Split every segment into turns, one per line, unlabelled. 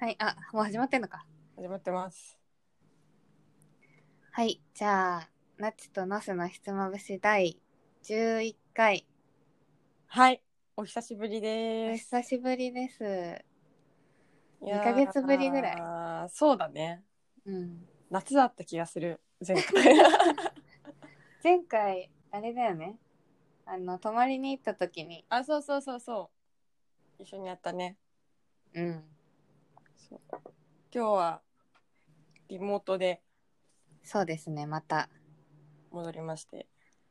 はい、あ、もう始まってんのか。
始まってます。
はい、じゃあ、ナッチとナスのひつまぶし第11回。
はい、お久しぶり
お
です。
久しぶりです。2ヶ
いや
月ぶりぐらい。
そうだね。
うん。
夏だった気がする、前回。
前回、あれだよね。泊まりに行った時に。
あ、そうそうそうそう。一緒にやったね。
うん。
そう、今日はリモートで
そうですね、また。
戻りまして。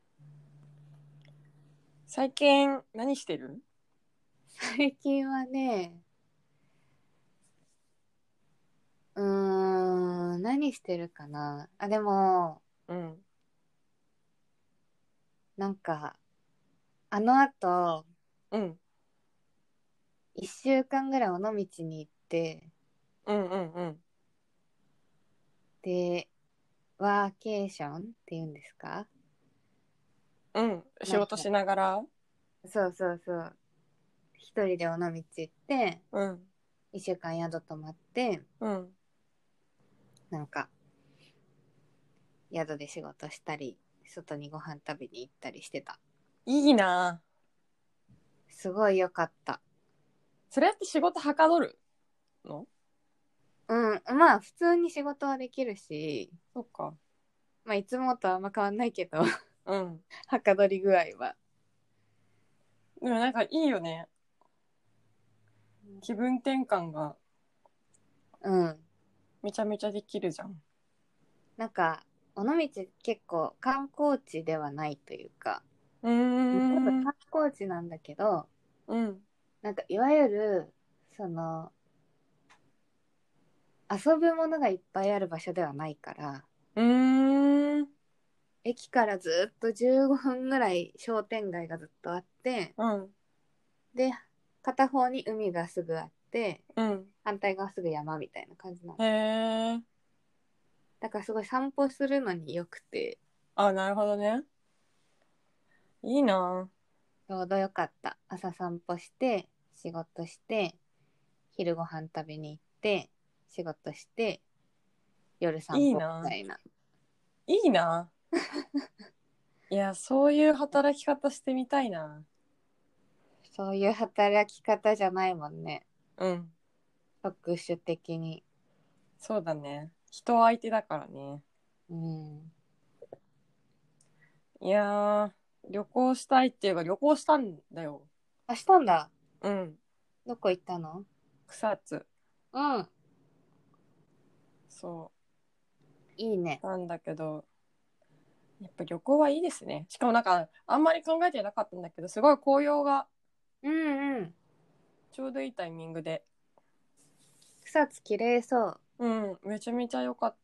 最近何してる？
最近はね、何してるかな。あ、でも、
うん。
なんか、あの後、
うん。
1週間ぐらい尾道に行って、
うんうんうん。
で、ワーケーションっていうんですか？
うん。仕
なんか、
事しながら。
そうそうそう。一人で尾道行って、
うん。
一週間宿泊まって、
うん。
なんか、宿で仕事したり、外にご飯食べに行ったりしてた。
いいな。
すごい良かった。
それって仕事はかどるの？
うん、まあ、普通に仕事はできるし、
そっか。
まあ、いつもとあんま変わんないけど、
うん。
はかどり具合は。
でもなんかいいよね。気分転換が
うん。
めちゃめちゃできるじゃん。
なんか、尾道結構観光地ではないというか、
うー
多分
ん。
観光地なんだけど、
うん。
なんかいわゆる、その、遊ぶものがいっぱいある場所ではないから、
うーん。
駅からずっと15分ぐらい商店街がずっとあって、
うん。
で、片方に海がすぐあって、
うん。
反対側すぐ山みたいな感じなの。
へえ。
だからすごい散歩するのによくて、
あ、なるほどね。いいな。
ちょうどよかった。朝散歩して、仕事して、昼ご飯食べに行って、仕事して、夜散歩み
いいな。
たいな。
いいな。いや、そういう働き方してみたいな。
そういう働き方じゃないもんね。
うん。
特殊的に。
そうだね。人相手だからね。
うん。
いやー、旅行したいっていうか、旅行したんだよ。
あ、したんだ。
うん。
どこ行ったの？
草津。
うん。
そ
いいね。
う。なんだけど、やっぱ旅行はいいですね。しかもなんか、あんまり考えてなかったんだけど、すごい紅葉が
うんうん。
ちょうどいいタイミングで。
草津きれいそ
うん、めちゃめちゃ良かった。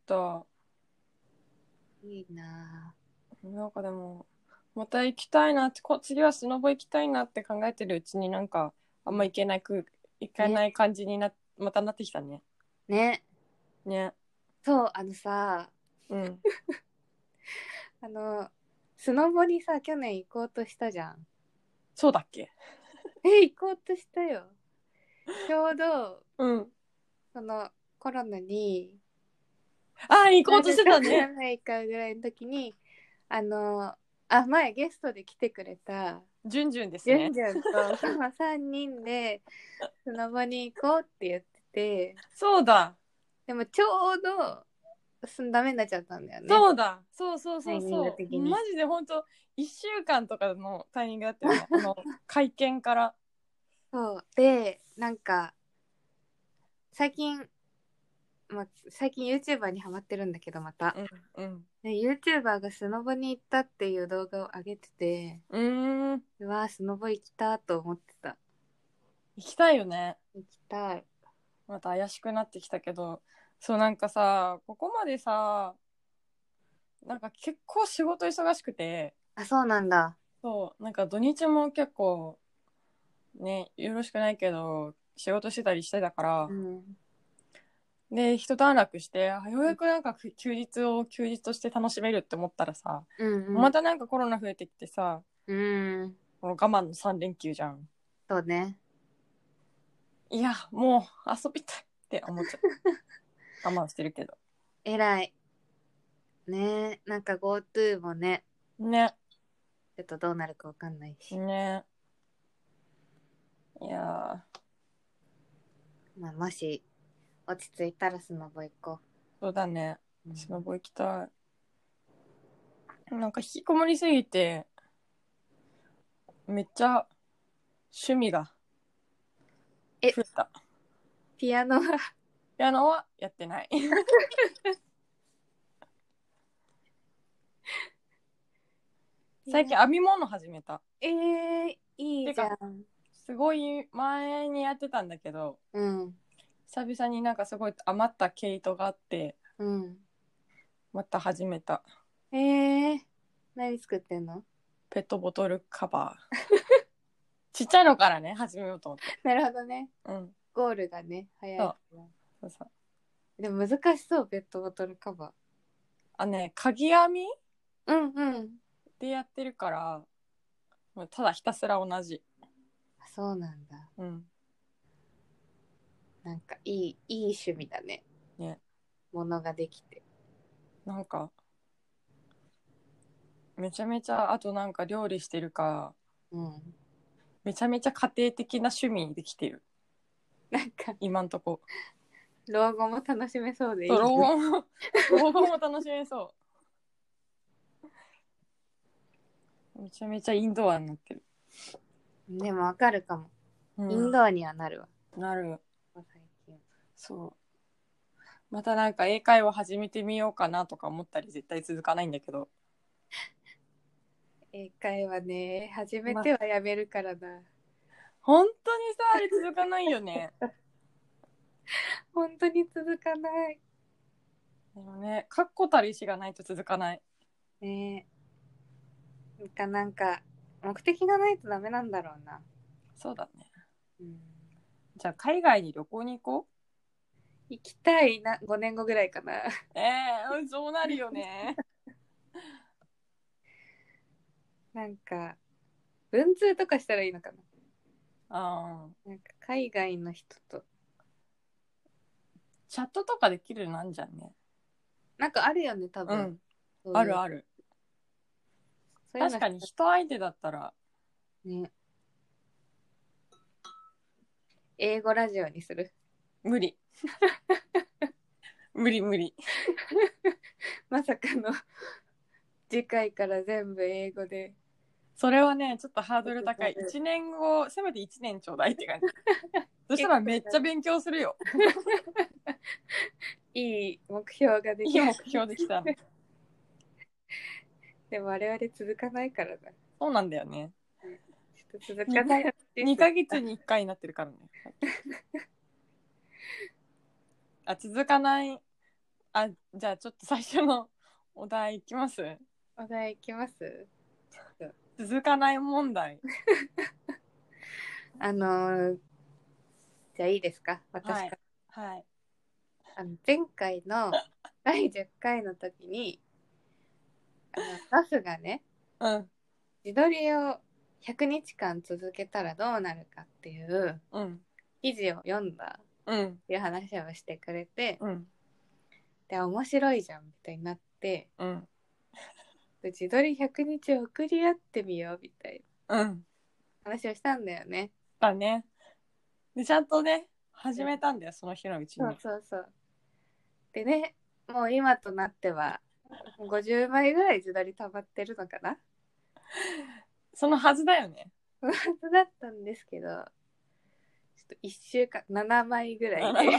う。いいな
なんかでも、また行きたいなって、次はスノボ行きたいなって考えてるうちになんか、あんま行
ぁ。ね。
かない感じにまたなってきたね。
ね。
ね。
そう、
うん。
あの、スノボにさ、去年行こうとしたじゃん。
そうだっけ？
行こうとしたよ。ちょうど、
うん。
その、コロナに
ああ、行こうとし
なるか
てたね。
ならないかぐらいの時に、あの、前ゲストで来てくれた、
じゅんじゅんです
じゅん
ね。
じゅんと、その3人で、スノボに行こうって言ってて、
そうだ。
でもちょうど、ダメになっちゃったんだよね。
そうだ。そうそう
タイミング
そうそう。
的に。
マジでほんと、1週間とかのタイミングだったよね。会見から。
そう。で、最近、最近 YouTuber にハマってるんだけど、また。
うん、うん。
で YouTuber がスノボに行ったっていう動画を上げてて、
うーん。
うわー、スノボ行きたと思ってた。
行きたいよね。
行きたい。
また怪しくなってきたけど、そうなんかさ、ここまでさ、なんか結構仕事忙しくて、
あ、そうなんだ。
そう、なんか土日も結構ね、よろしくないけど、仕事してたりしてたから、
うん。
で、一段落して、ようやくなんか休日を休日として楽しめるって思ったらさ、
うんうん。
またなんかコロナ増えてきてさ、
うん。
この我慢の3連休じゃん。
そうね。
いや、もう遊びたい。 って思っちゃう。我慢してるけど。
偉い。ねえ、なんか GoTo もね、
ね。
ちょっとどうなるかわかんないし。
ね。いや
まあ、もし落ち着いたらスノボ行こ
そうだね。
う。
スノボ行きたい。なんか引きこもりすぎて、めっちゃ趣味が
え
増えた。
ピアノは
ピアノはやってない。最近編み物始めた。
いいじゃん。
すごい前にやってたんだけど、
うん。
久々になんかすごい余った毛糸があって、
うん。
また始めた。
何作ってんの？
ペットボトルカバー。ちっちゃいのからね、始めようと思って。
なるほどね。
うん。
ゴールがね、早いから。
そうそう。
でも難しそう、ペットボトルカバ
鍵編み
ー。うんうん。
でやってるから、もうただひたすら同じ。
そうなんだ。
うん。
なんかいい趣味だね。
ね。
ものができて。
なんか、めちゃめちゃ、あとなんか料理してるか
うん。
ら、めちゃめちゃ家庭的な趣味にできてる。
なんか、
今んとこ。
老後も楽しめそうでいい
そう、
ね。
老後も楽しめそう。めちゃめちゃインドアになってる。
でもわかるかも。
うん、
インドアにはなるわ。
なる。
最近。
そう。またなんか英会話始めてみようかなとか思ったり絶対続かないんだけど。
英会話ね、初めてはやめるからな。
本当にさ、あれ続かないよね。
本当に続かない。
でもね、確固たる意志がないと続かない。
ねえ。なんか、目的がないとダメなんだろうな。
そうだね。
うん、
じゃあ海外に旅行に行こ
行きたいな、5年後ぐらいかな。
う。そうなるよね。
なんか、文通とかしたらいいのかな。
ああ。
なんか海外の人と。
チャットとかできるようなんじゃんね。
なんかあるよね、多分。
うん。
そういう
あるある。
そういうの
確かに人相手だったら。
ね。英語ラジオにする。
無理。無理無理。
まさかの次回から全部英語で。
それはね、ちょっとハードル高い。1年後、せめて1年ちょうだいって感じ。そしたらめっちゃ勉強するよ。
いい目標ができ
いい目標できた。
でも我々続かないからな。
そうなんだよね。
ちょっと続かない。
2ヶ月に1回になってるからね。続かない。じゃあちょっと最初のお題いきます。
お題いきます。
続かない問題。
じゃあいいですか、私から。
はい。
前回の第10回の時にナスがね、
うん。
自撮りを100日間続けたらどうなるかっていう記事を読んだっていう話をしてくれて、で面白いじゃんみたいになって、自撮り100日送り合ってみようみたいな話をしたんだよね。
だね。でちゃんとね始めたんだよ、その日のうちに。
そうでね、もう今となっては50枚ぐらい自撮り溜まってるのかな。
そのはずだよね。
そのはずだったんですけど、ちょっと1週間7枚ぐらいで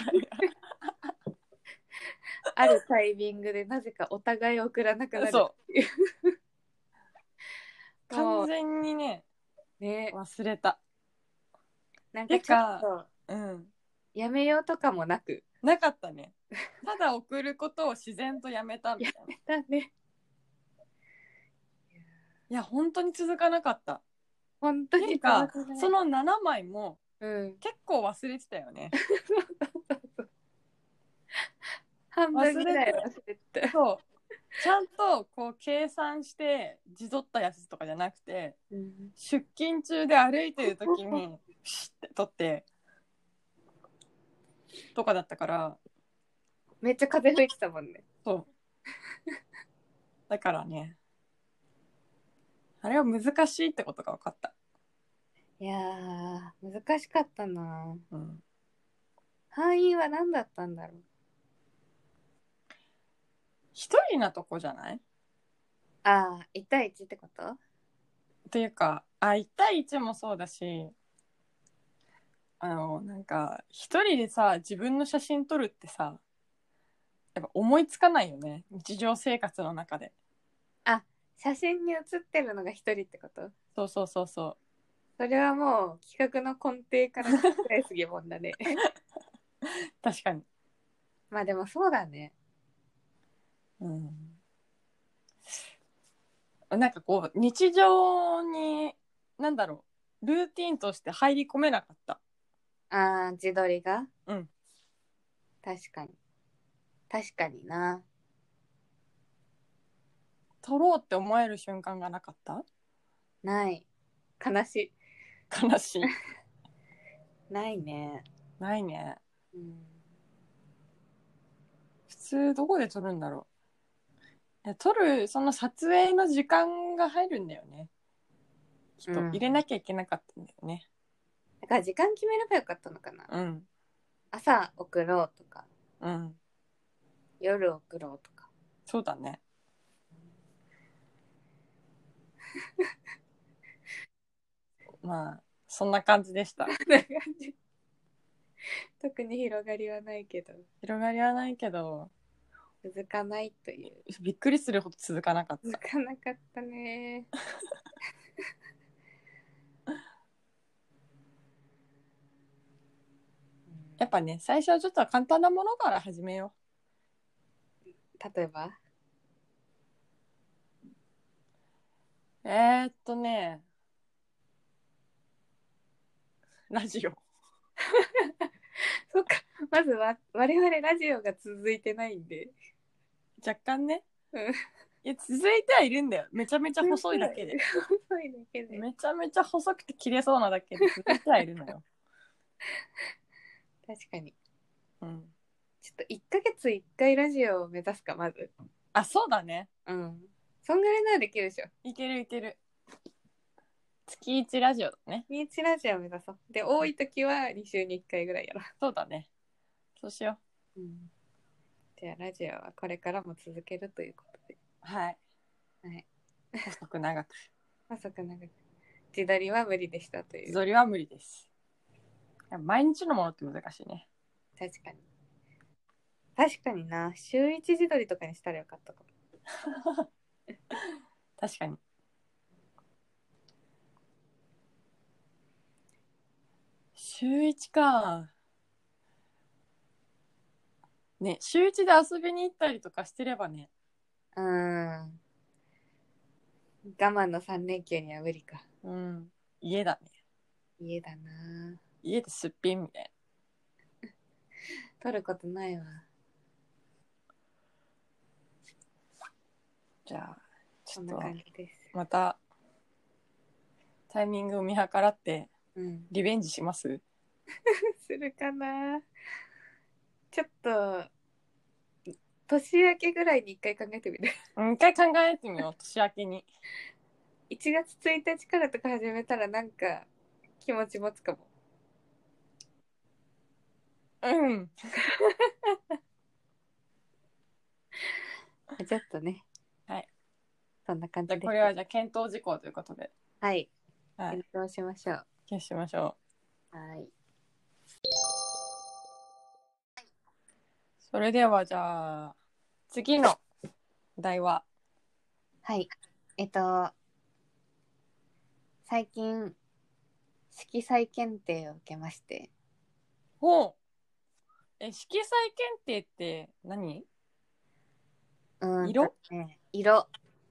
あるタイミングでなぜかお互い送らなくなるっていう
完全にね忘れた。
なんかちょっとやめようとかもな
かったね。ただ送ることを自然とやめたみたいな。
やめたね。
いや本当に続かなかった。
本当に
かその7枚も結構忘れてたよね。
半分ぐらい忘れてた。
そうちゃんとこう計算して自撮ったやつとかじゃなくて、出勤中で歩いてる時にピシッて撮って、 とかだったから
めっちゃ風吹いてたもんね。
そうだからね、あれは難しいってことが分かった。
いやー難しかったな。
うん、
範囲は何だったんだろう。
一人なとこじゃない？
ああ、1対1ってこと？
っていうか、1対1もそうだし、なんか一人でさ自分の写真撮るってさ、やっぱ思いつかないよね、日常生活の中で。
あ、写真に写ってるのが1人ってこと？
そうそうそうそ
それはもう企画の根底から覆す疑問だね。
う。確かに。
まあでもそうだね。
うん。なんかこう日常になんだろう、ルーティンとして入り込めなかった。
ああ、自撮りが
うん。
確かに。確かにな。
撮ろうって思える瞬間がなかった。
ない。悲し
悲しい。
い。ないね。
ないね。
うん、
普通どこで撮るんだろう。撮るその撮影の時間が入るんだよね。きっと入れなきゃいけなかったんだよね。
だから時間決めればよかったのかな。
うん。
朝送ろうとか、
うん。
夜送ろうとか。
そうだね。まあそんな感じでした。
特に広がりはないけど、
広がりはないけど
続かないという。
びっくりするほど続かなかった。
続かなかったね。
やっぱね、最初はちょっと簡単なものから始めよ
例えば
う。ラジオ。
そっか、まずは我々ラジオが続いてないんで。
若干ね。
うん。
いや、続いてはいるんだよ。めちゃめちゃ細いだけで。
細いだけで。
めちゃめちゃ細くて切れそうなだけで続いてはいるのよ。
確かに。
うん。
ちょっと1ヶ月1回ラジオを目指すか、まず。
あ、そうだね。
うん。そんぐらいならできるでしょ。
いけるいける。月1ラジオだね。
月1ラジオを目指そう。で、多い時は2週に1回ぐらいやろ
そうだね。そうしよ
う。うん。じゃあ、ラジオはこれからも続けるということで。
う。はい。
はい。
細く長く。
細く長く。自撮りは無理でしたという。
自撮りは無理です。毎日のものって難しいね。
確かに。確かにな。週1自撮りとかにしたらよかったかも。
確かに。週1か。ね、週1で遊びに行ったりとかしてればね。
うーん。我慢の3連休には無理か。
うん。家だね。
家だな。
家ですっぴんみたい
撮ることないわ。
な。じゃあ、ちょっ
こんな感じです。
またタイミングを見計らって
うん。
リベンジします？
するかな。ちょっと、年明けぐらいに一回考えてみる。
一回考えてみよう、年明けに。
1月1日からとか始めたらなんか気持ち持つかも。
うん。
ちょっとね。
はい。
そんな感じで。
じゃあこれはじゃあ検討事項ということで。
はい。
はい。
検討しましょう。
決しましょ
はい。
う。それではじゃあ次の題は。
はい。最近、色彩検定を受けまして。
ほう。色彩検定って何？色？
色。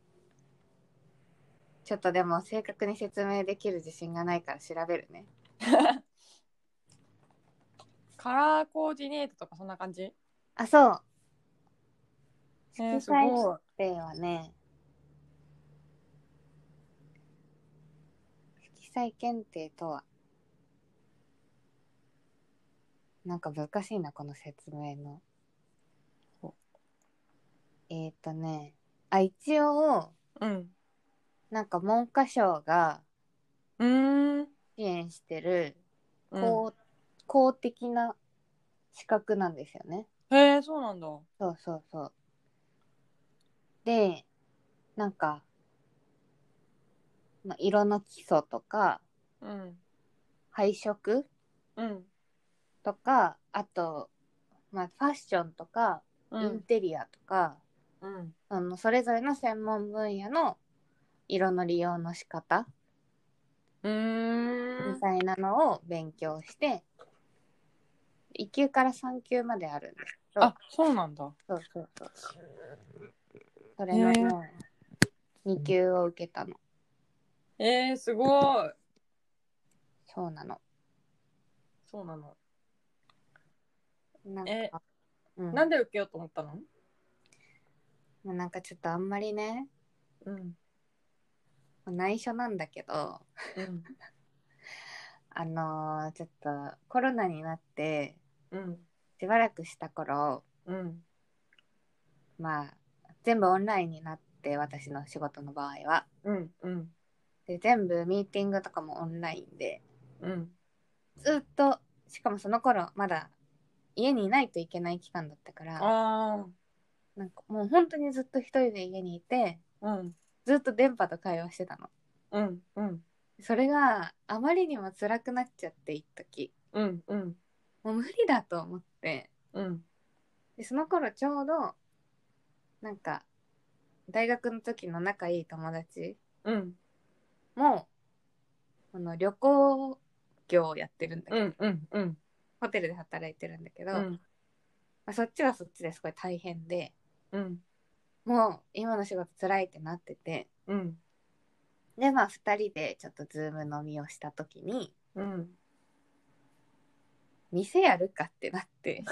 ちょっとでも正確に説明できる自信がないから調べるね。
カラーコーディネートとかそんな感じ？
あ、そう。色
す
彩
ごい。
検定はね、色彩検定とは、 なんか難しいなこの説明の。一応、
うん。
なんか文科省が
支
援してる
公
公的な資格なんですよね。
へえ、そうなんだ。
そうそうそう。で、なんか、色の基礎とか、
うん。
配色
うん。
とか、あと、ファッションとか、インテリアとか、
うん。
それぞれの専門分野の色の利用の仕方みたいなのを勉強して、1級から3級まであるんですけど。
あ、そうなんだ。
そうそうそう。それのね、2級を受けたの。
すごい。
そうなの。
そうなの。
なんか、
なんで受けようと思ったの？
なんかちょっとあんまりね、
うん。
内緒なんだけど、
うん。
ちょっとコロナになって、
うん。
しばらくした頃、
うん。
全部オンラインになって、私の仕事の場合は。
うん。うん。
で、全部ミーティングとかもオンラインで、
うん。
ずっと、しかもその頃まだ家にいないといけない期間だったから、なんかもう本当にずっと一人で家にいて、
うん。
ずっと電波と会話してたの。
うん。うん。
それがあまりにも辛くなっちゃって一時。
うん。うん。
もう無理だと思って、
うん。
でその頃ちょうどなんか大学の時の仲いい友達
うん。
も旅行業をやってるんだけど、
うん。うん。うん。
ホテルで働いてるんだけど、
うん。
そっちはそっちですごい大変で、
うん。
もう今の仕事辛いってなってて、
うん。
で2人でちょっとズーム飲みをした時に、
うん。
店やるかってなって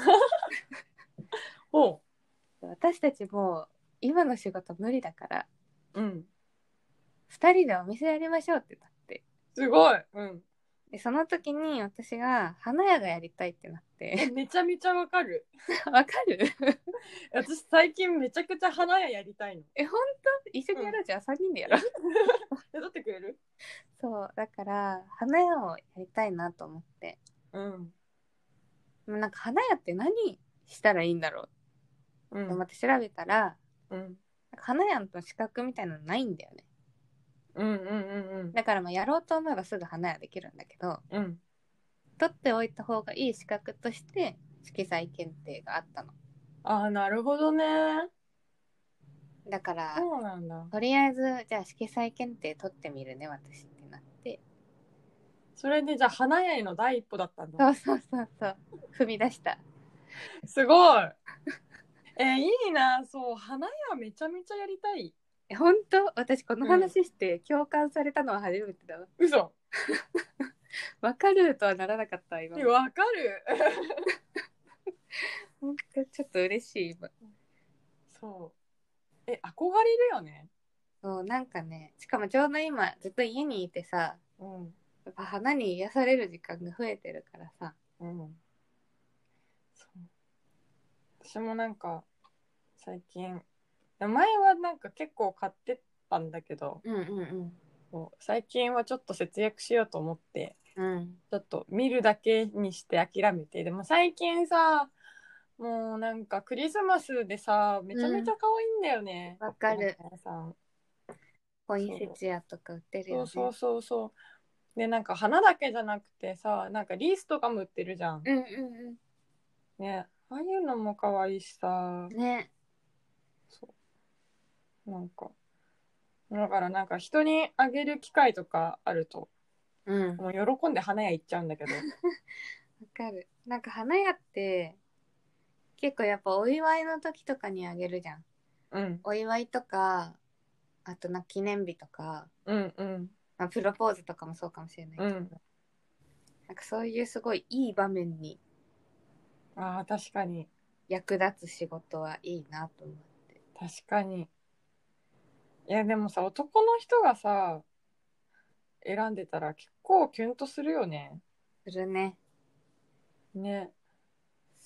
ほ
私たちもう今の仕事無理だから
う。うん。
2人でお店やりましょうってなって、
すごい。うん。
でその時に私が花屋がやりたいってなって
めちゃめちゃわかる。
わかる
私最近めちゃくちゃ花屋やりたいの。
本当一緒にやろう、じゃあ3人でやろう
手伝ってくれる？
そうだから花屋をやりたいなと思って、
うん。
でもなんか花屋って何したらいいんだろうって思って調べたら、
うん。
花屋の資格みたいなのないんだよね。
うんうんうんうん。
だからやろうと思えばすぐ花屋できるんだけど、
うん。
取っておいた方がいい資格として色彩検定があったの。
なるほどね。
だから
そうなんだ。
とりあえずじゃあ色彩検定取ってみるね私ってなって、
それでじゃあ花屋への第一歩だったんだ。
そう踏み出した。
すごい。いいな。そう、花屋めちゃめちゃやりたい。
本当私この話して共感されたのは初めてだわ。
嘘。
わかるとはならなかった今。
わかる。
本当ちょっと嬉しい今。
そう。憧れるよね。
そうなんかね、しかもちょうど今ずっと家にいてさ、
うん。
やっぱ花に癒される時間が増えてるからさ。
うん。そう。私もなんか最近、前はなんか結構買ってたんだけど、そう最近はちょっと節約しようと思って、ちょっと見るだけにして諦めて、でも最近さ、もうなんかクリスマスでさ、めちゃめちゃ可愛いんだよね。
わかる。
さん。
ポインセチアとか売ってるよね。
そう。で、なんか花だけじゃなくてさ、なんかリースとかも売ってるじゃん。ね、ああいうのも可愛いしさ。
ね。
そう。なんか、だからなんか人にあげる機会とかあると、もう喜んで花屋行っちゃうんだけど。わ
かる。なんか花屋って結構やっぱお祝いの時とかにあげるじゃん。お祝いとか、あと記念日とか、プロポーズとかもそうかもしれないけど、なんかそういうすごいいい場面に
確かに
役立つ仕事はいいなと思って。
確かに。いやでもさ、男の人がさ選んでたら結構キュンとするよね。
するね。
ね。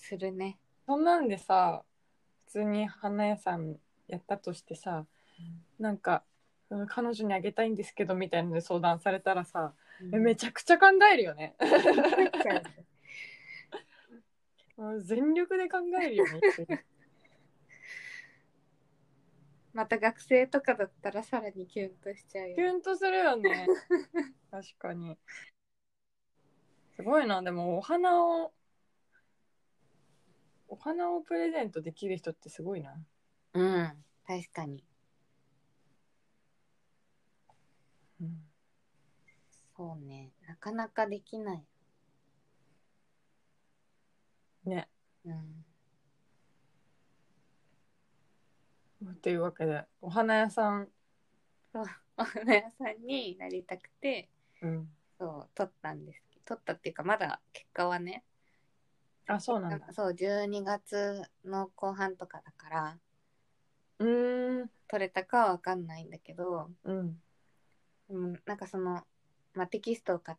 するね。
そんなんでさ、普通に花屋さんやったとしてさ、なんか彼女にあげたいんですけどみたいなので相談されたらさ、めちゃくちゃ考えるよね。もう全力で考えるよね。
また学生とかだったらさらにキュンとしちゃうよ。
キュンとするよね。確かに。すごいな。でもお花をプレゼントできる人ってすごいな。
うん、確かに。
うん、
そうね、なかなかできない。
ね。
うん。
というわけで、お花屋さん、
そう、お花屋さんになりたくて、
うん、
そう、取ったんです。取ったっていうか、まだ結果はね、
あ、そうなんだ。
そう、12月の後半とかだから、
うん、
取れたかはわかんないんだけど、
うん、
なんかテキストを買って、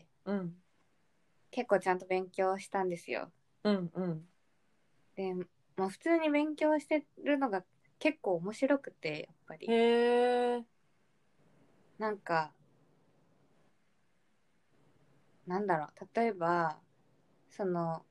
うん、
結構ちゃんと勉強したんですよ。
うん、うん。
で、もう普通に勉強してるのが結構面白くて、やっぱり。
へえ。
なんか、なんだろう、例えば、その、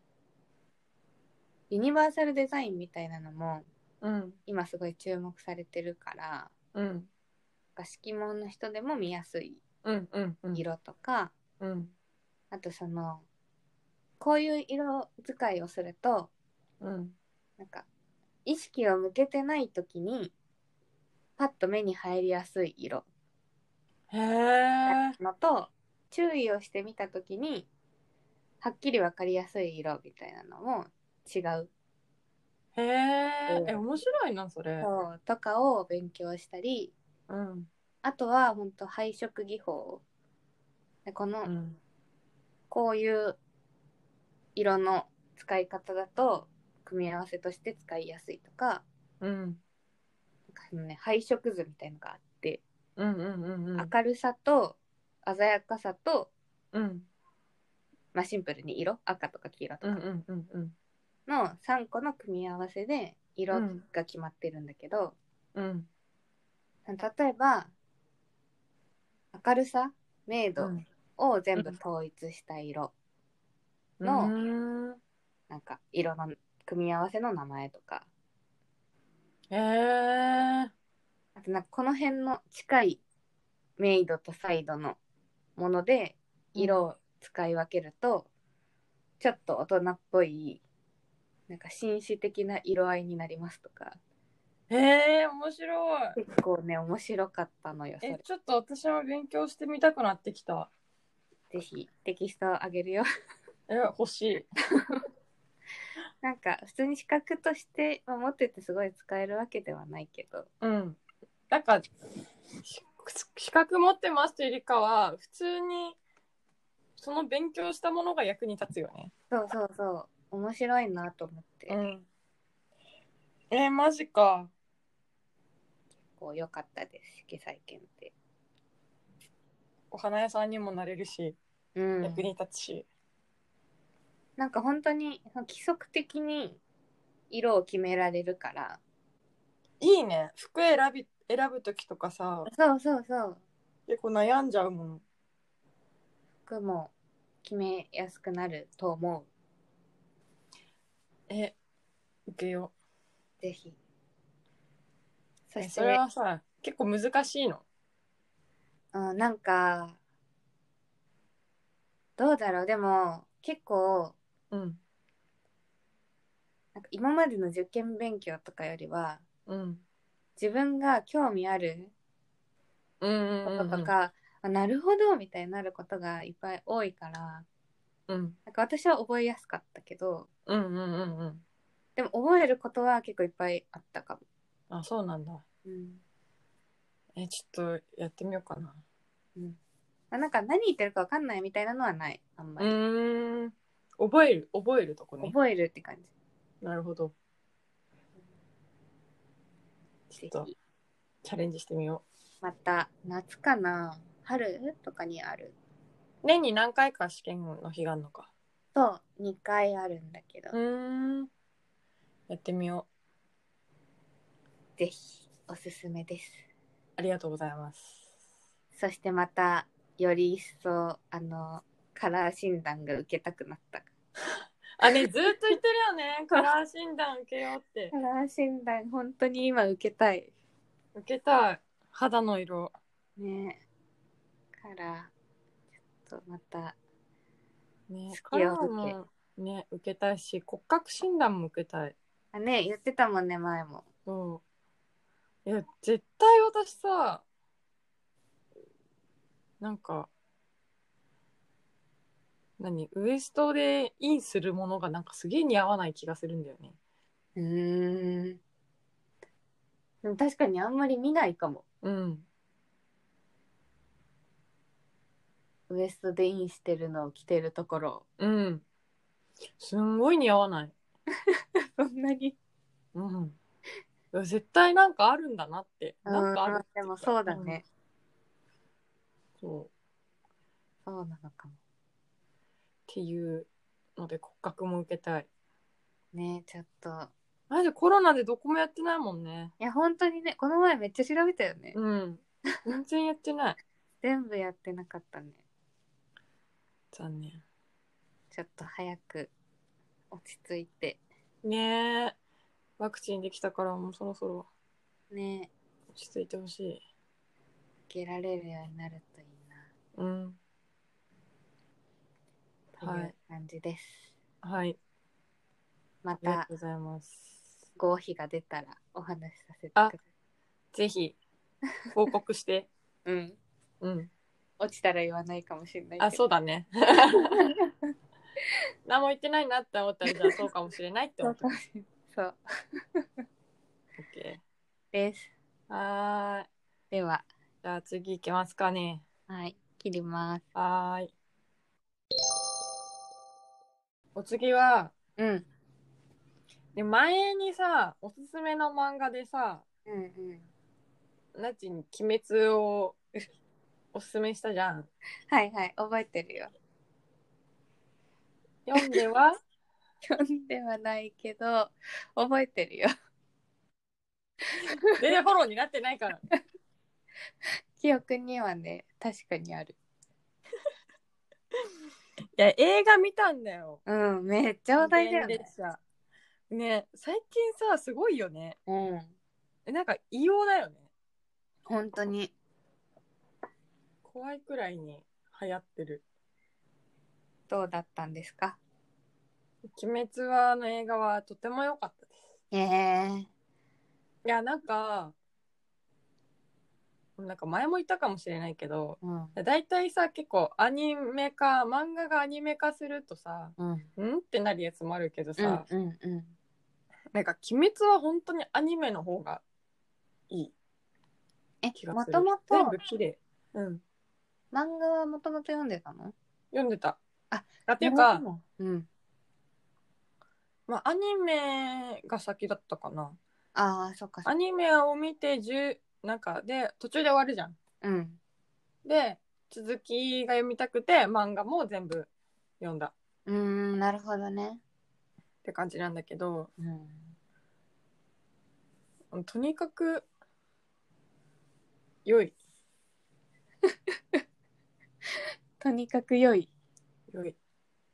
ユニバーサルデザインみたいなのも、
うん、
今すごい注目されてるから、
うん、
色盲の人でも見やすい
うん、うん、うん、
色とか、
うん、
あとこういう色使いをすると、
うん。
なんか、意識を向けてない時に、パッと目に入りやすい色
へえ。
のと、注意をしてみた時に、はっきりわかりやすい色みたいなのも違う。
へえ。面白いな、それ。
そうとかを勉強したり、
うん、
あとは本当配色技法で、
うん、
こういう色の使い方だと組み合わせとして使いやすいとか、
うん、
配色図みたいのがあって、
うん、うん、うん、うん、
明るさと鮮やかさと、
うん、
シンプルに色赤とか黄色と
うん、う
か
ん、うん、うん、
の3個の組み合わせで色
うん、
が決まってるんだけど、
うん、
例えば明るさ、明度
うん、
を全部統一した色
う
の
ん。
なんか色の組み合わせの名前とか、
へえ。
あとなんかこの辺の近い明度とサイドのもので色を使い分けると、ちょっと大人っぽいなんか紳士的な色合いになりますとか。
へえ、面白い。
結構ね面白かったのよそれ。
ちょっと私も勉強してみたくなってきた。
ぜひテキストあげるよ。
欲しい。
なんか普通に資格として持っててすごい使えるわけではないけど、
うん。なんか、資格持ってますというよりかは、普通にその勉強したものが役に立つよね。
そうそうそう、面白いなと思って、
うん。マジか。
こう良かったです、色彩検定。
お花屋さんにもなれるし、
うん、
役に立つし。
なんか本当に規則的に色を決められるから。
いいね。服選ぶときとかさ、
そうそうそう、
結構悩んじゃうもん。
服も決めやすくなると思う。
受けよ
ぜひ。そ
う。それ
して、
はさ、結構難しいの？
なんかどうだろう、でも結構
うん。
なんか今までの受験勉強とかよりは、
うん。
自分が興味ある
うんう
こと
んうん
とか、なるほどみたいになることがいっぱい多いから、
うん。
なんか私は覚えやすかったけど、
うんうんうんうん。
でも覚えることは結構いっぱいあったかも。
あ、そうなんだ。
うん。
ちょっとやってみようかな。
うん。なんか何言ってるかわかんないみたいなのはない、あんま
う
り。
ーん。覚えるとこね。
覚えるって感じ。
なるほど。ちょっと
ぜひ。
チャレンジしてみよ
また、夏かな春とかにある。
う。年に何回か試験の日があるのか。
と2回あるんだけど、
やってみよ
ぜひおすすめです。
ありがとうございます。
そしてまたより一層カラー診断が受けたくなった。
ね、ずっと言ってるよね。カラー診断受けようって。
カラー診断本当に今受けたい。
受けたい。肌の色。
ね。カラーちょっとまた
ね、カラーもね受けたいし、骨格診断も受けたい。
ね、言ってたもんね、前も。
そう。いや、絶対私さ、なんかウエストでインするものがなんかすげえ似合わない気がするんだよね。
でも確かにあんまり見ないかも。
うん。
ウエストでインしてるのを着てるところ。
うん。すんごい似合わない。
そんなに。
うん。絶対なんかあるんだなって。なんかあるって。
でもそうだね。
そう。
そうなのかも。
っていうので骨格も受けたい。
ね、ちょっと。
マジでコロナでどこもやってないもんね。
いや、本当にね、この前めっちゃ調べたよね。
うん。全然やってない。
全部やってなかったね。
残念。
ちょっと早く落ち着いて。
ねえ。ワクチンできたからもうそろそろ。
ね、
落ち着いてほしい。
受けられるようになるといいな。
うん。
という感じです。
はい。
また、
ありがとうございます。
合否が出たらお話しさせてく
だ
さい。
ぜひ、報告して。
うん。
うん。
落ちたら言わないかもしれないけど。
あ、そうだね。何も言ってないなって思ったら、じゃあそうかもしれないって思った。
そう。
OK。
です。
はーい。
では。
じゃあ次行きますかね。
はい。切ります。
はーい。お次は、で前にさ、おすすめの漫画でさ、なちに鬼滅をおすすめしたじゃん。
はいはい、覚えてるよ。
読んでは
読んではないけど、覚えてるよ。
全然フォローになってないから。
記憶にはね、確かにある。
いや、映画見たんだよ。
うん、めっちゃ話題だよね。
ね、最近さ、すごいよね。
うん。
なんか異様だよね。
本当に。
怖いくらいに流行ってる。
どうだったんですか？
鬼滅はの映画はとても良かったです。いや、なんか前も言ったかもしれないけど、だいたいさ、結構漫画がアニメ化するとさ、ってなるやつもあるけどさ、なんか鬼滅は本当にアニメの方がいい気がする。
もともと
全部綺麗。
漫画はもともと読んでたの？
読んでた。っていうか、まあアニメが先だったかな。
そっか。
アニメを見てなんかで途中で終わるじゃん。で続きが読みたくて漫画も全部読んだ。
なるほどね。
って感じなんだけど、とにかく良い。
とにかく良い。
良い。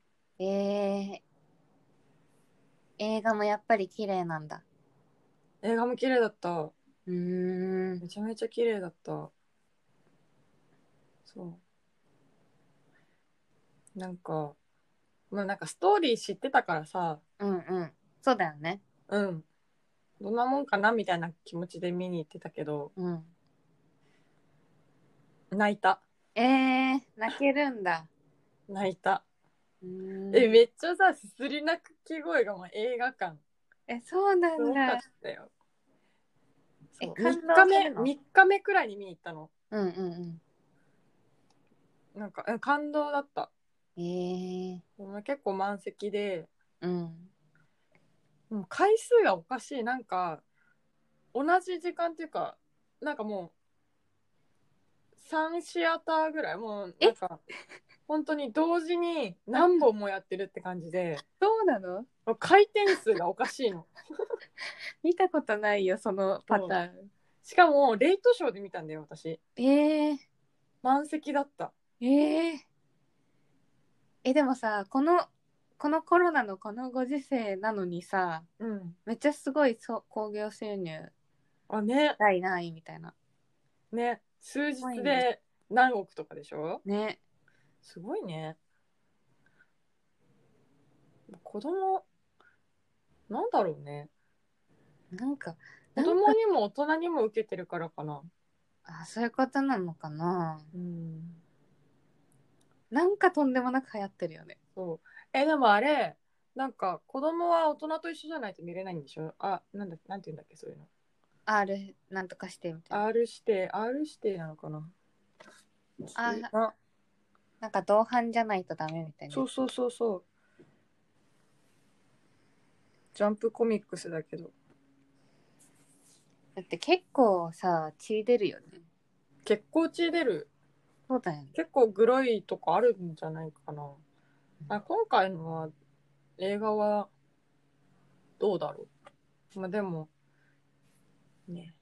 映画もやっぱり綺麗なんだ。
映画も綺麗だった。めちゃめちゃ綺麗だった。そう。なんかストーリー知ってたからさ。
そうだよね。
どんなもんかなみたいな気持ちで見に行ってたけど、泣いた。
泣けるんだ。
泣いた。めっちゃさ、すすり泣き声がもう映画館。
そうなんだ。
すごかったよ。
3
日目くらいに見に行ったの。なんか感動だった。結構満席で、もう回数がおかしい。なんか同じ時間っていうか、なんかもう3シアターぐらい、もうなんか本当に同時に何本もやってるって感じで、
そうなの？
回転数がおかしいの。
見たことないよ、そのパターン。
しかも、レイトショーで見たんだよ、私。満席だった。
でもさ、このコロナのこのご時世なのにさ、めっちゃすごい興行収入。第何位みたいな。
ね、数日で何億とかでしょ？
ね。
すごいね。子供、なんだろうね。
なんか
子供にも大人にも受けてるからかな。
そういうことなのかな。なんかとんでもなく流行ってるよね。
そう。でもあれ、なんか子供は大人と一緒じゃないと見れないんでしょ？なんて言うんだっけ、そういうの。
R なんとかしてみたいな。
R 指定なのかな。
なんか同伴じゃないとダメみたいな。
そう。ジャンプコミックスだけど。
だって結構さ、血出るよね。
結構血出る。
そうだよね。
結構グロいとこあるんじゃないかな。今回のは映画はどうだろう。まあでもね、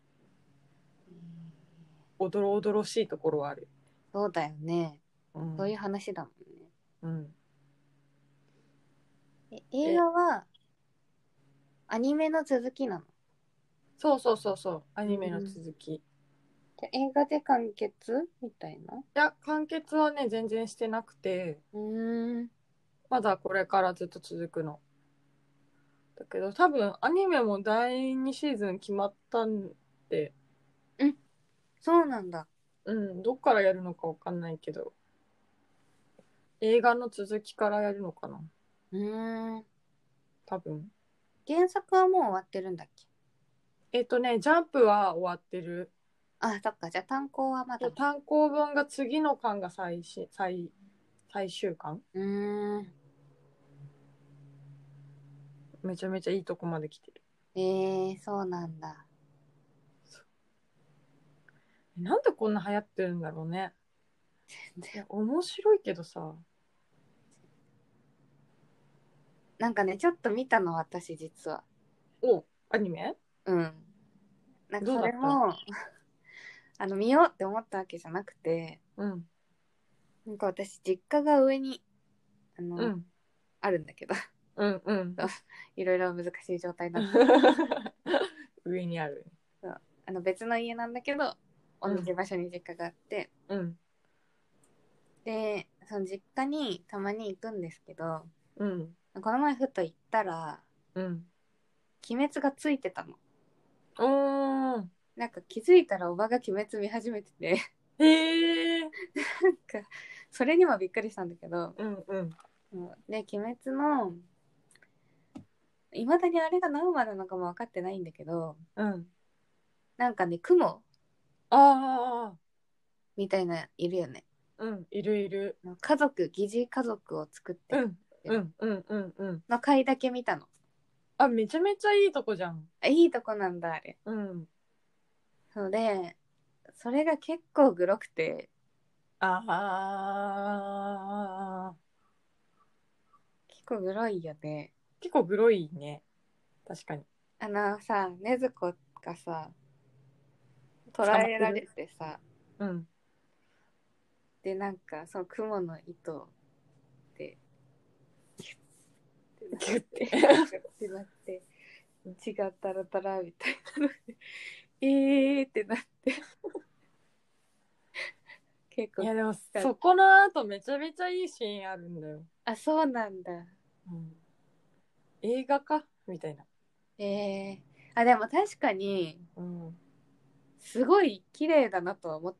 おどろおどろしいところはある。
そうだよね。そういう話だもんね。映画はアニメの続きなの？
そう、アニメの続き。
映画で完結みたいな？い
や、完結はね、全然してなくて、まだこれからずっと続くの。だけど、多分、アニメも第2シーズン決まったんで。
そうなんだ。
どっからやるのかわかんないけど、映画の続きからやるのかな。多分。
原作はもう終わってるんだっけ？
ジャンプは終わってる。
そっか。じゃあ単行はまだ。
単行本が次の巻が最終巻。めちゃめちゃいいとこまで来てる。
そうなんだ。
なんでこんな流行ってるんだろうね。面白いけどさ。
なんかね、ちょっと見たの、私実は。
アニメ？
なんかそれも見ようって思ったわけじゃなくて、なんか私実家が上にあるんだけどいろいろ難しい状態だった
上にある。
別の家なんだけど同じ場所に実家があって、でその実家にたまに行くんですけど、この前ふと行ったら、鬼滅がついてたの。なんか気づいたらおばが鬼滅見始めててなんかそれにもびっくりしたんだけど、で鬼滅のいまだにあれが何話なのかも分かってないんだけど、なんかね雲みたいないるよね。
いる。
疑似家族を作ってるの回だけ見たの。
めちゃめちゃいいとこじゃん。
いいとこなんだあれ。そうで、それが結構グロくて。結構グロいよね。
結構グロいね。確かに。
さ、禰豆子がさ、捕らえられてさ、で、なんか、その雲の糸で、ギュッて、ってなって、血がタラタラみたいなので、ってなって。結構。
いやでも、そこの後めちゃめちゃいいシーンあるんだよ。
そうなんだ。
映画かみたいな。
でも確かに、すごい綺麗だなとは思った。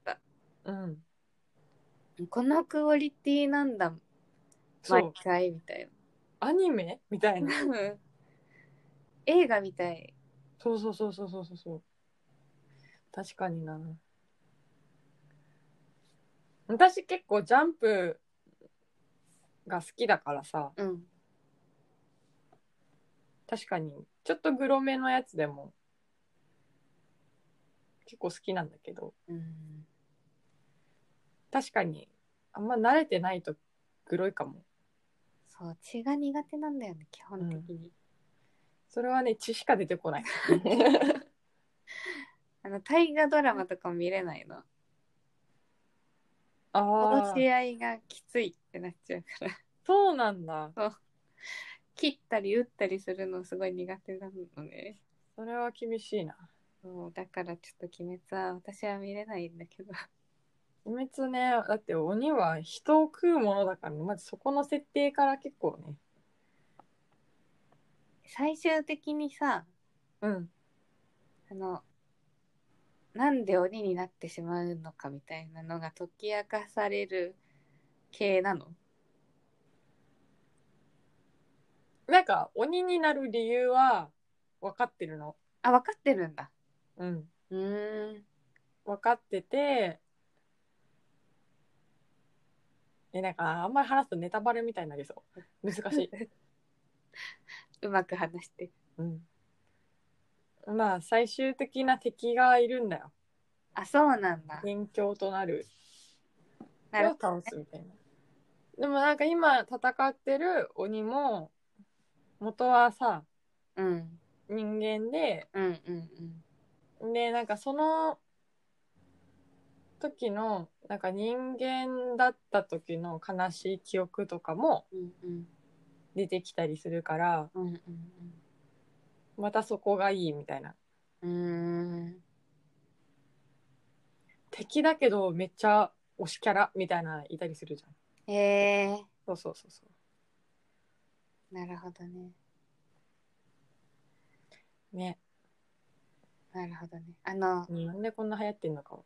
このクオリティなんだ、毎回みたい
な。アニメみたいな。
映画みたい。
そう。確かにな。私結構ジャンプが好きだからさ。確かに、ちょっとグロめのやつでも結構好きなんだけど。確かに、あんま慣れてないとグロいかも。
そう、血が苦手なんだよね、基本的に。
それはね、血しか出てこない。
大河ドラマとかも見れないの。殺し合いがきついってなっちゃうから。
そうなんだ。
そう。切ったり打ったりするのすごい苦手なのね。
それは厳しいな。
そうだからちょっと鬼滅は私は見れないんだけど。
鬼滅ね、だって鬼は人を食うものだからね、まずそこの設定から結構ね。
最終的にさ、なんで鬼になってしまうのかみたいなのが解き明かされる系なの？
なんか鬼になる理由は分かってるの。
あ、分かってるんだ。
うん。分かってて、なんかあんまり話すとネタバレみたいになりそう。難しい。
うまく話して。
まあ最終的な敵がいるんだよ。
あ、そうなんだ。
元凶となる。
なるほ
どね。倒すみたいな。でもなんか今戦ってる鬼も元はさ、人間で、でなんかその時のなんか人間だった時の悲しい記憶とかも出てきたりするから、またそこがいいみたいな。敵だけどめっちゃ推しキャラみたいないたりするじゃん。そうそうそうそう。
なるほどね。
ね。
なるほどね。
なんでこんな流行ってんのか。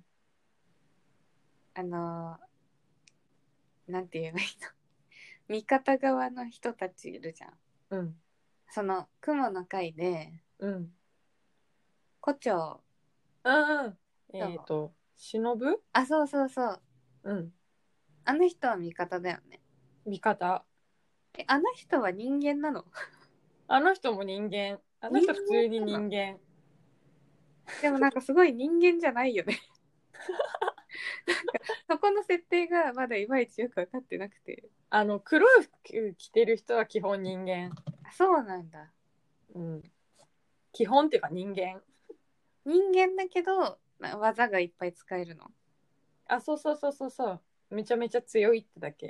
なんて言えばいいの。味方側の人たちいるじゃん。その雲の会で、胡蝶。
忍？
あ、そうそうそう。あの人は味方だよね。
味方。
あの人は人間なの？
あの人も人間。あの人普通に人間。
でもなんかすごい人間じゃないよね。なんかそこの設定がまだいまいちよく分かってなくて。
黒い服着てる人は基本人間。
あ、そうなんだ。
基本っていうか人間。
人間だけど技がいっぱい使えるの？
あ、そうそうそうそうそう。めちゃめちゃ強いってだけ。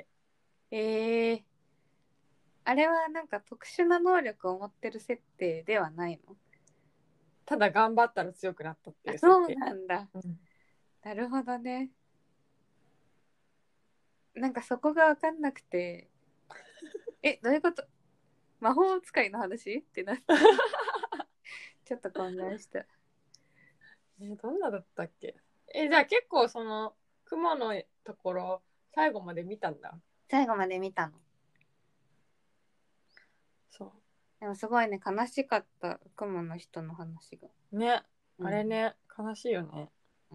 あれはなんか特殊な能力を持ってる設定ではないの？
ただ頑張ったら強くなったっていう設定。
そうなんだ。なるほどね。なんかそこが分かんなくて、どういうこと？魔法使いの話ってなってちょっと混乱した。
どんなだったっけ？じゃあ結構その雲のところ最後まで見たんだ。
最後まで見たの。
そう。
でもすごいね、悲しかった、雲の人の話が。
ね、あれね、悲しいよね。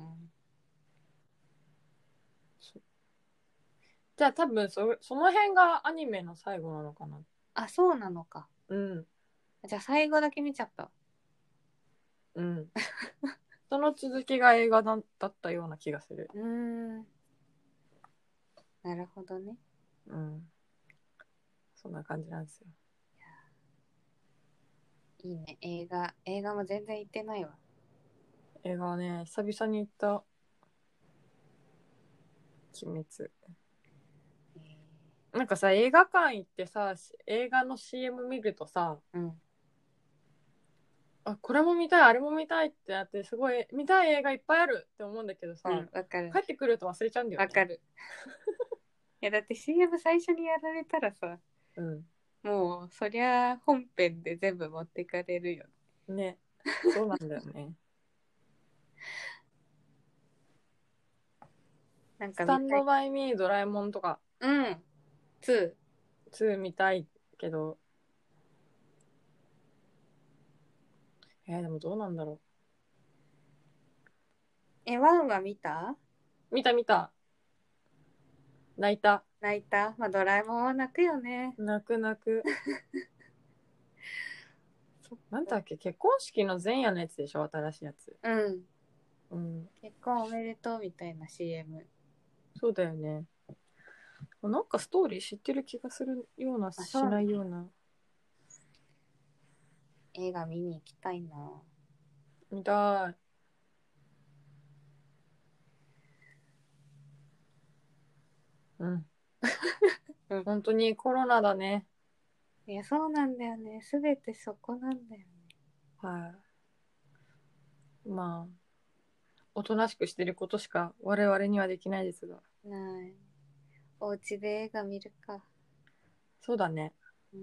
じゃあ多分その辺がアニメの最後なのかな。
あ、そうなのか。じゃあ最後だけ見ちゃった。
その続きが映画だったような気がする。
なるほどね。
そんな感じなんですよ。
いいね。映画も全然行ってないわ。
映画はね、久々に行った。鬼滅。なんかさ、映画館行ってさ、映画の CM 見るとさ、あ、これも見たい、あれも見たいってなって、すごい見たい映画いっぱいあるって思うんだけどさ、
わかる。
帰ってくると忘れちゃうんだよね。
わかる。いや、だって CM 最初にやられたらさ、もう、そりゃ本編で全部持ってかれるよ
ね。そうなんだよね。なんかスタンドバイミー、ドラえもんとか。2見たいけど。でもどうなんだろ
う。1は見た？
見た。泣いた。
まあ、ドラえもんは泣くよね。
泣く。なんだっけ、結婚式の前夜のやつでしょ、新しいやつ。
結婚おめでとうみたいな CM。
そうだよね。 なんかストーリー知ってる気がするような、しないような。
映画見に行きたいな。
見たい。うん。本当にコロナだね。
いや、そうなんだよね。すべてそこなんだよね。
はい。まあ、おとなしくしてることしか我々にはできないですが。
ない。お家で映画見るか。
そうだね。
うん、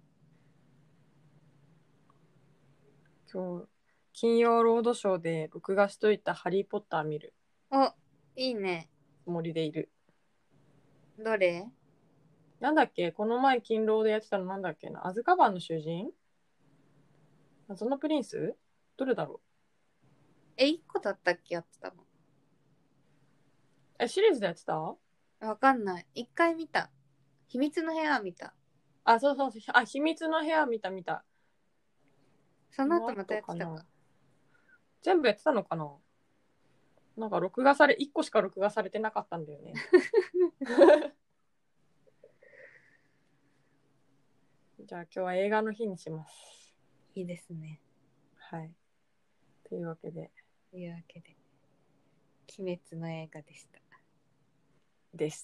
今日、金曜ロードショーで録画しといたハリーポッター見る
お、いいね。
つもりでいる。
どれ？
なんだっけ、この前金ローでやってたのなんだっけな。アズカバンの囚人、謎のプリンス、どれだろ
1個だったっけやってたの？
う。シリーズでやってた？
わかんない。1回見た。秘密の部屋見た。
あ、そうそうそう。あ、秘密の部屋見た見た。
その後またやってたか。
全部やってたのかな。なんか録画され、1個しか録画されてなかったんだよね。じゃあ今日は映画の日にします。
いいですね。
はい。というわけで。
鬼滅の映画でした。
でした。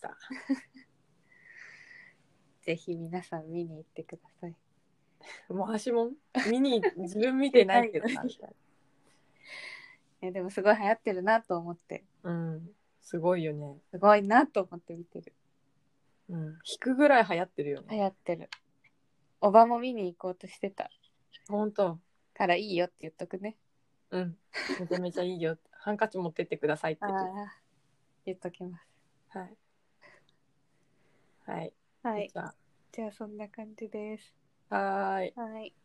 ぜひ皆さん見に行ってください。
もう橋も自分見てないけどな。
でもすごい流行ってるなと思って。
うん。すごいよね。
すごいなと思って見てる。
うん。引くぐらい流行ってるよね。
流行ってる。おばも見に行こうとしてた。
ほんと。
からいいよって言っとくね。
うん。めちゃめちゃいいよ。ハンカチ持ってってくださいって
言っときます。
はい。はい。
はい。じゃあそんな感じです。
はい。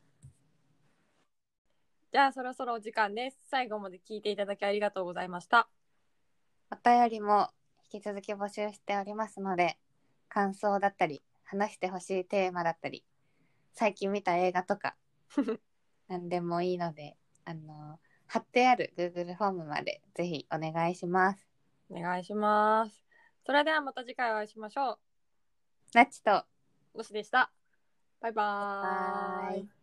じゃあそろそろお時間です。最後まで聞いていただきありがとうございました。
お便りも引き続き募集しておりますので、感想だったり、話してほしいテーマだったり、最近見た映画とか、何でもいいので、貼ってある Google フォームまでぜひお願いします。
お願いします。それではまた次回お会いしましょう。
なっちと
のしでした。バイバーイ。